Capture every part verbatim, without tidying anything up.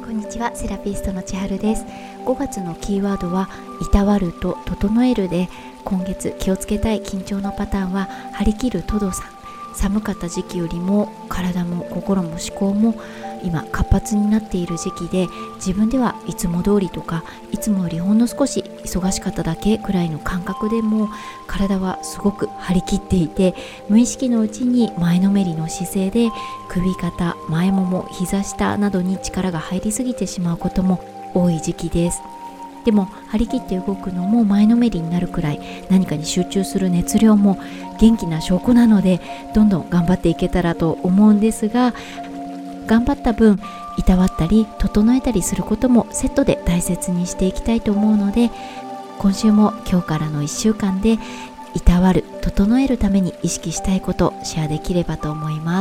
こんにちは、セラピストの千春です。ごがつのキーワードはいたわると整えるで、今月気をつけたい緊張のパターンは張り切るトドさん。寒かった時期よりも体も心も思考も今活発になっている時期で、自分ではいつも通りとかいつもよりほんの少し忙しかっただけくらいの感覚でも体はすごく張り切っていて、無意識のうちに前のめりの姿勢で首肩、前もも、膝下などに力が入りすぎてしまうことも多い時期です。でも張り切って動くのも前のめりになるくらい何かに集中する熱量も元気な証拠なので、どんどん頑張っていけたらと思うんですが、頑張った分いたわったり整えたりすることもセットで大切にしていきたいと思うので、今週も今日からのいっしゅうかんでいたわる、整えるために意識したいことをシェアできればと思います。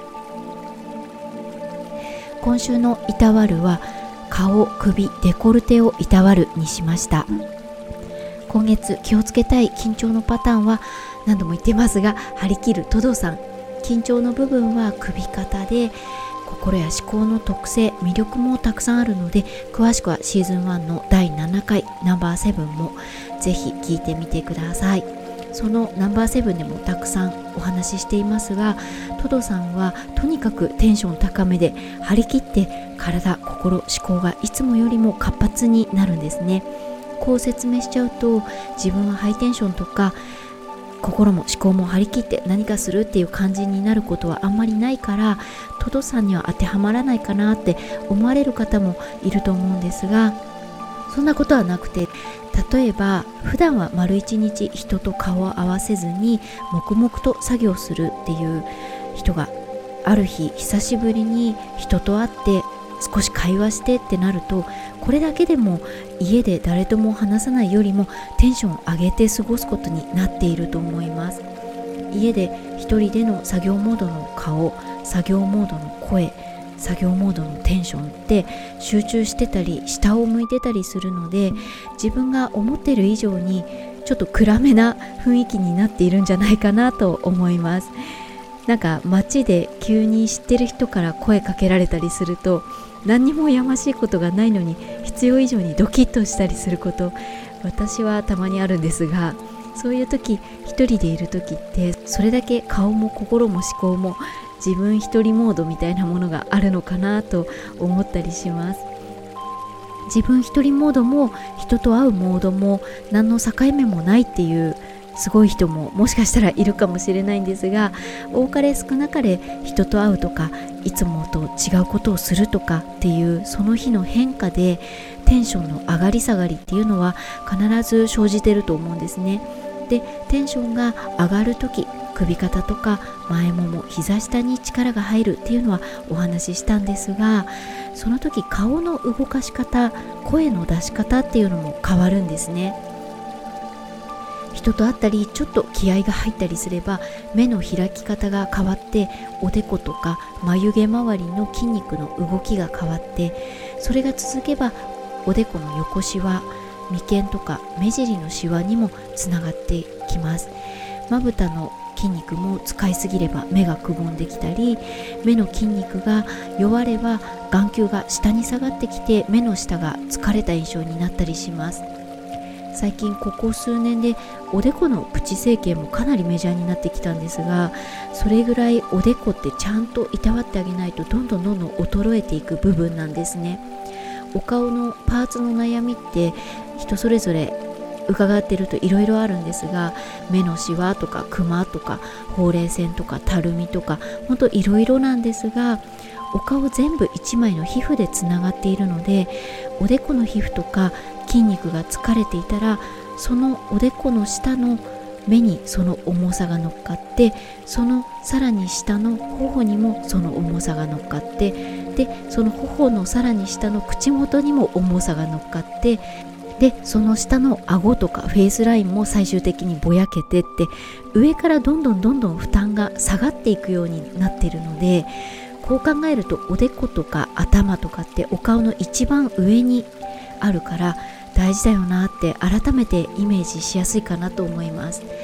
今週のいたわるは顔、首、デコルテをいたわるにしました。今月気をつけたい緊張のパターンは何度も言ってますが、張り切るトドさん。緊張の部分は首肩で、心や思考の特性、魅力もたくさんあるので、詳しくはシーズンワンのだいななかいナンバーセブンもぜひ聞いてみてください。そのナンバーセブンでもたくさんお話ししていますが、トドさんはとにかくテンション高めで張り切って体、心、思考がいつもよりも活発になるんですね。こう説明しちゃうと、自分はハイテンションとか心も思考も張り切って何かするっていう感じになることはあんまりないから、トドさんには当てはまらないかなって思われる方もいると思うんですが、そんなことはなくて、例えば普段は丸一日人と顔を合わせずに黙々と作業するっていう人が、ある日久しぶりに人と会って少し会話してってなると、これだけでも家で誰とも話さないよりもテンションを上げて過ごすことになっていると思います。家で一人での作業モードの顔、作業モードの声、作業モードのテンションって集中してたり下を向いてたりするので、自分が思っている以上にちょっと暗めな雰囲気になっているんじゃないかなと思います。なんか街で急に知ってる人から声かけられたりすると、何にもやましいことがないのに必要以上にドキッとしたりすること、私はたまにあるんですが、そういう時、一人でいる時ってそれだけ顔も心も思考も自分一人モードみたいなものがあるのかなと思ったりします。自分一人モードも人と会うモードも何の境目もないっていうすごい人ももしかしたらいるかもしれないんですが、多かれ少なかれ人と会うとかいつもと違うことをするとかっていうその日の変化でテンションの上がり下がりっていうのは必ず生じてると思うんですね。で、テンションが上がるとき、首肩とか前もも、膝下に力が入るっていうのはお話ししたんですが、その時顔の動かし方、声の出し方っていうのも変わるんですね。人と会ったりちょっと気合が入ったりすれば目の開き方が変わって、おでことか眉毛周りの筋肉の動きが変わって、それが続けばおでこの横シワ、眉間とか目尻のシワにもつながってきます。まぶたの筋肉も使いすぎれば目がくぼんできたり、目の筋肉が弱れば眼球が下に下がってきて目の下が疲れた印象になったりします。最近ここ数年でおでこのプチ整形もかなりメジャーになってきたんですが、それぐらいおでこってちゃんといたわってあげないとどんどんどんどん衰えていく部分なんですね。お顔のパーツの悩みって人それぞれ伺ってるといろいろあるんですが、目のシワとかクマとかほうれい線とかたるみとかほんといろいろなんですが、お顔全部一枚の皮膚でつながっているので、おでこの皮膚とか筋肉が疲れていたら、そのおでこの下の目にその重さが乗っかって、そのさらに下の頬にもその重さが乗っかって、でその頬のさらに下の口元にも重さが乗っかって、でその下の顎とかフェイスラインも最終的にぼやけてって、上からどんどんどんどん負担が下がっていくようになっているので、こう考えるとおでことか頭とかってお顔の一番上にあるから大事だよなって改めてイメージしやすいかなと思います。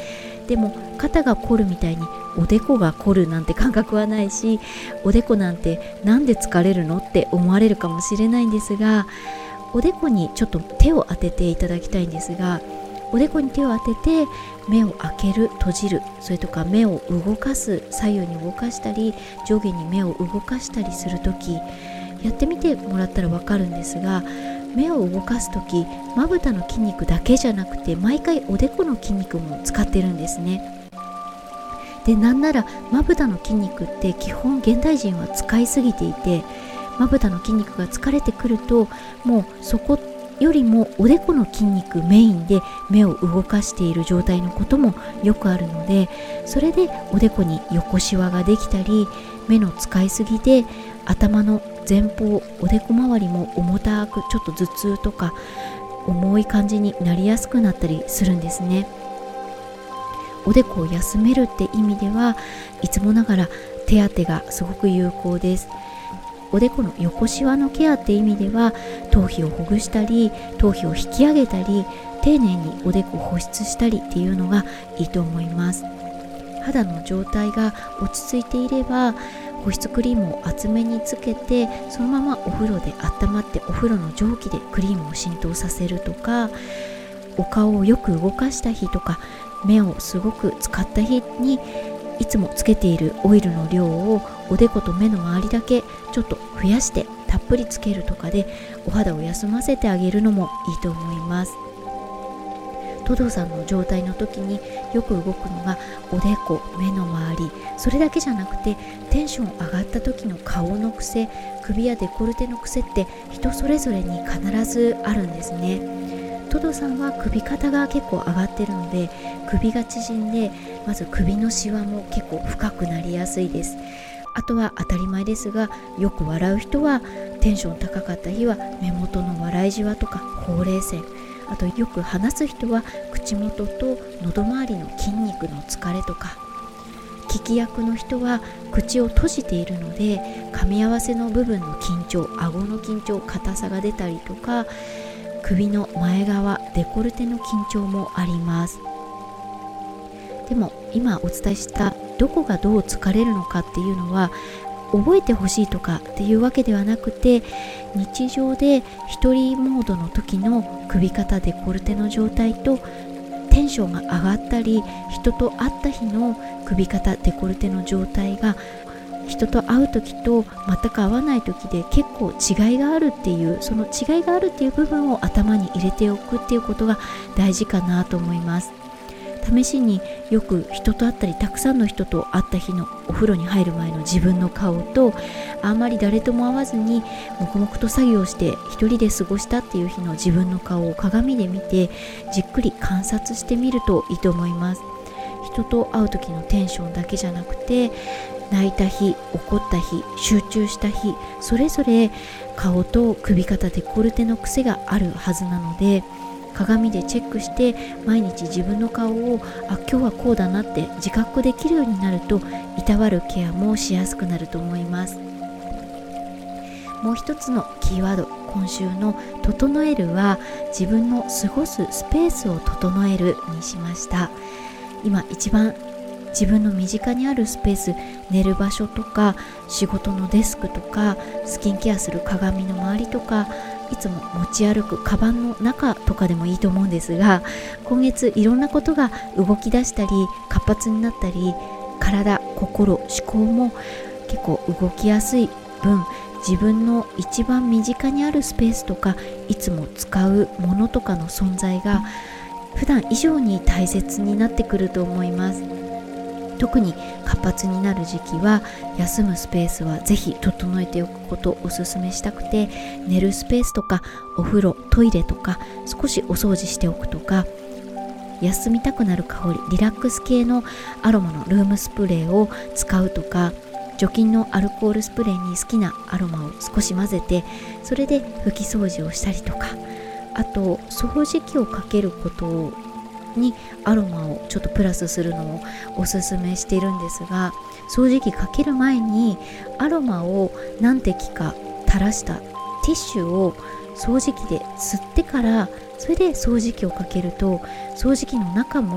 でも肩が凝るみたいにおでこが凝るなんて感覚はないし、おでこなんてなんで疲れるのって思われるかもしれないんですが、おでこにちょっと手を当てていただきたいんですが、おでこに手を当てて目を開ける閉じる、それとか目を動かす、左右に動かしたり上下に目を動かしたりするとき、やってみてもらったらわかるんですが、目を動かすときまぶたの筋肉だけじゃなくて毎回おでこの筋肉も使ってるんですね。で、なんならまぶたの筋肉って基本現代人は使いすぎていて、まぶたの筋肉が疲れてくるともうそこよりもおでこの筋肉メインで目を動かしている状態のこともよくあるので、それでおでこに横シワができたり、目の使いすぎで頭の前方おでこ周りも重たくちょっと頭痛とか重い感じになりやすくなったりするんですね。おでこを休めるって意味ではいつもながら手当てがすごく有効です。おでこの横シワのケアって意味では頭皮をほぐしたり頭皮を引き上げたり丁寧におでこを保湿したりっていうのがいいと思います。肌の状態が落ち着いていれば保湿クリームを厚めにつけてそのままお風呂で温まってお風呂の蒸気でクリームを浸透させるとか、お顔をよく動かした日とか目をすごく使った日にいつもつけているオイルの量をおでこと目の周りだけちょっと増やしてたっぷりつけるとかでお肌を休ませてあげるのもいいと思います。トドさんの状態の時によく動くのがおでこ、目の周り、それだけじゃなくてテンション上がった時の顔の癖、首やデコルテの癖って人それぞれに必ずあるんですね。トドさんは首肩が結構上がってるので首が縮んで、まず首のシワも結構深くなりやすいです。あとは当たり前ですが、よく笑う人はテンション高かった日は目元の笑いじわとかほうれい線、あとよく話す人は口元と喉周りの筋肉の疲れとか、聞き役の人は口を閉じているので噛み合わせの部分の緊張、顎の緊張、硬さが出たりとか、首の前側、デコルテの緊張もあります。でも今お伝えしたどこがどう疲れるのかっていうのは覚えてほしいとかっていうわけではなくて、日常で一人モードの時の首肩デコルテの状態とテンションが上がったり人と会った日の首肩デコルテの状態が人と会う時と全く会わない時で結構違いがあるっていう、その違いがあるっていう部分を頭に入れておくっていうことが大事かなと思います。試しによく人と会ったりたくさんの人と会った日のお風呂に入る前の自分の顔と、あんまり誰とも会わずに黙々と作業して一人で過ごしたっていう日の自分の顔を鏡で見てじっくり観察してみるといいと思います。人と会う時のテンションだけじゃなくて、泣いた日、怒った日、集中した日、それぞれ顔と首肩デコルテの癖があるはずなので、鏡でチェックして毎日自分の顔をあ今日はこうだなって自覚できるようになると、いたわるケアもしやすくなると思います。もう一つのキーワード、今週の整えるは自分の過ごすスペースを整えるにしました。今一番自分の身近にあるスペース、寝る場所とか仕事のデスクとかスキンケアする鏡の周りとか、いつも持ち歩くカバンの中とかでもいいと思うんですが、今月いろんなことが動き出したり活発になったり、体、心、思考も結構動きやすい分、自分の一番身近にあるスペースとかいつも使うものとかの存在が普段以上に大切になってくると思います。特に活発になる時期は休むスペースはぜひ整えておくことをお勧めしたくて、寝るスペースとかお風呂、トイレとか少しお掃除しておくとか、休みたくなる香り、リラックス系のアロマのルームスプレーを使うとか、除菌のアルコールスプレーに好きなアロマを少し混ぜてそれで拭き掃除をしたりとか、あと掃除機をかけることにアロマをちょっとプラスするのをおすすめしているんですが、掃除機かける前にアロマを何滴か垂らしたティッシュを掃除機で吸ってから、それで掃除機をかけると掃除機の中も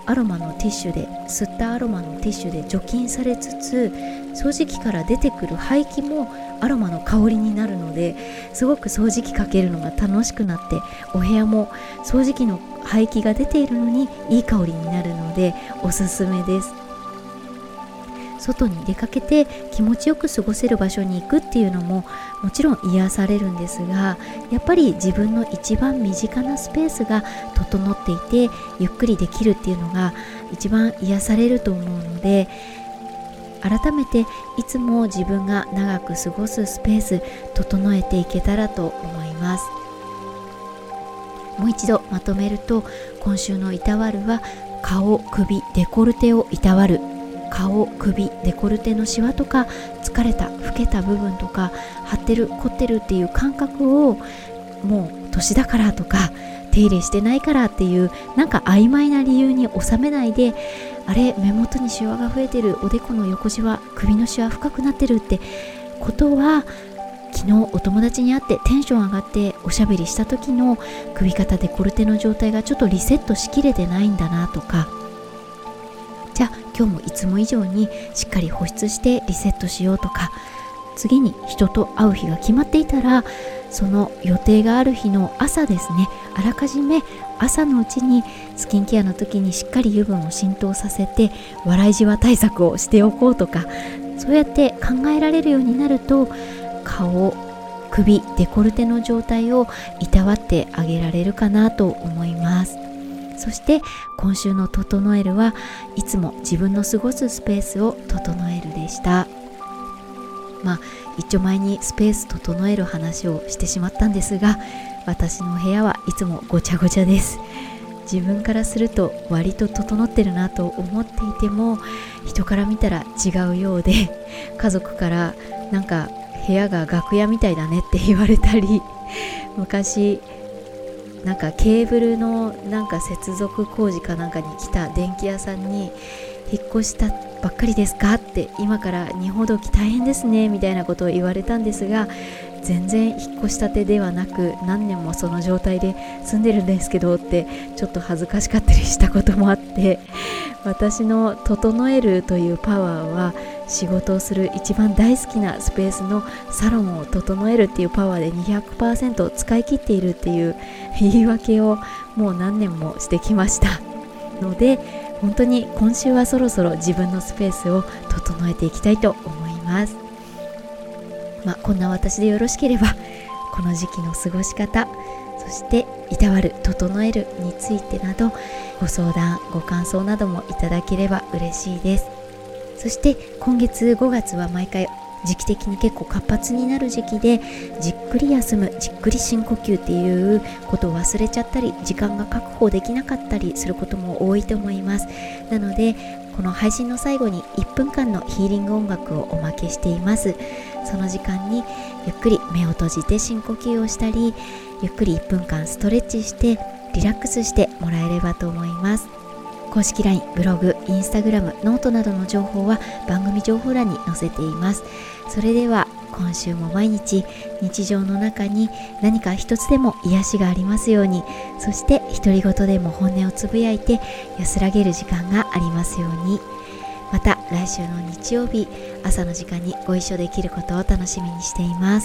アロマのティッシュで吸ったアロマのティッシュで除菌されつつ、掃除機から出てくる排気もアロマの香りになるので、すごく掃除機かけるのが楽しくなって、お部屋も掃除機の排気が出ているのにいい香りになるのでおすすめです。外に出かけて気持ちよく過ごせる場所に行くっていうのももちろん癒されるんですが、やっぱり自分の一番身近なスペースが整っていてゆっくりできるっていうのが一番癒されると思うので、改めていつも自分が長く過ごすスペース整えていけたらと思います。もう一度まとめると、今週のいたわるは顔、首、デコルテをいたわる。顔、首、デコルテのシワとか疲れた、老けた部分とか張ってる、凝ってるっていう感覚をもう年だからとか手入れしてないからっていうなんか曖昧な理由に収めないで、あれ目元にシワが増えてる、おでこの横シワ、首のシワ深くなってるってことは、昨日お友達に会ってテンション上がっておしゃべりした時の首肩デコルテの状態がちょっとリセットしきれてないんだなとか、じゃあ今日もいつも以上にしっかり保湿してリセットしようとか、次に人と会う日が決まっていたらその予定がある日の朝ですね、あらかじめ朝のうちにスキンケアの時にしっかり油分を浸透させて笑いじわ対策をしておこうとか、そうやって考えられるようになると顔、首、デコルテの状態をいたわってあげられるかなと思います。そして今週の整えるはいつも自分の過ごすスペースを整えるでした。まあ一丁前にスペース整える話をしてしまったんですが、私の部屋はいつもごちゃごちゃです。自分からすると割と整ってるなと思っていても、人から見たら違うようで、家族からなんか部屋が楽屋みたいだねって言われたり、昔なんかケーブルのなんか接続工事かなんかに来た電気屋さんに、引っ越したばっかりですかって、今から荷ほどき大変ですねみたいなことを言われたんですが、全然引っ越したてではなく何年もその状態で住んでるんですけどってちょっと恥ずかしかったりしたこともあって、私の整えるというパワーは仕事をする一番大好きなスペースのサロンを整えるっていうパワーで にひゃくパーセント 使い切っているっていう言い訳をもう何年もしてきましたので、本当に今週はそろそろ自分のスペースを整えていきたいと思います。まあこんな私でよろしければ、この時期の過ごし方、そしていたわる、整えるについてなどご相談ご感想などもいただければ嬉しいです。そして今月ごがつは毎回時期的に結構活発になる時期で、じっくり休む、じっくり深呼吸っていうことを忘れちゃったり、時間が確保できなかったりすることも多いと思います。なのでこの配信の最後にいっぷんかんのヒーリング音楽をおまけしています。その時間にゆっくり目を閉じて深呼吸をしたり、ゆっくりいっぷんかんストレッチしてリラックスしてもらえればと思います。公式 ライン、ブログ、インスタグラム、ノートなどの情報は番組情報欄に載せています。それでは今週も毎日日常の中に何か一つでも癒しがありますように、そして独り言でも本音をつぶやいて安らげる時間がありますように。また来週の日曜日朝の時間にご一緒できることを楽しみにしています。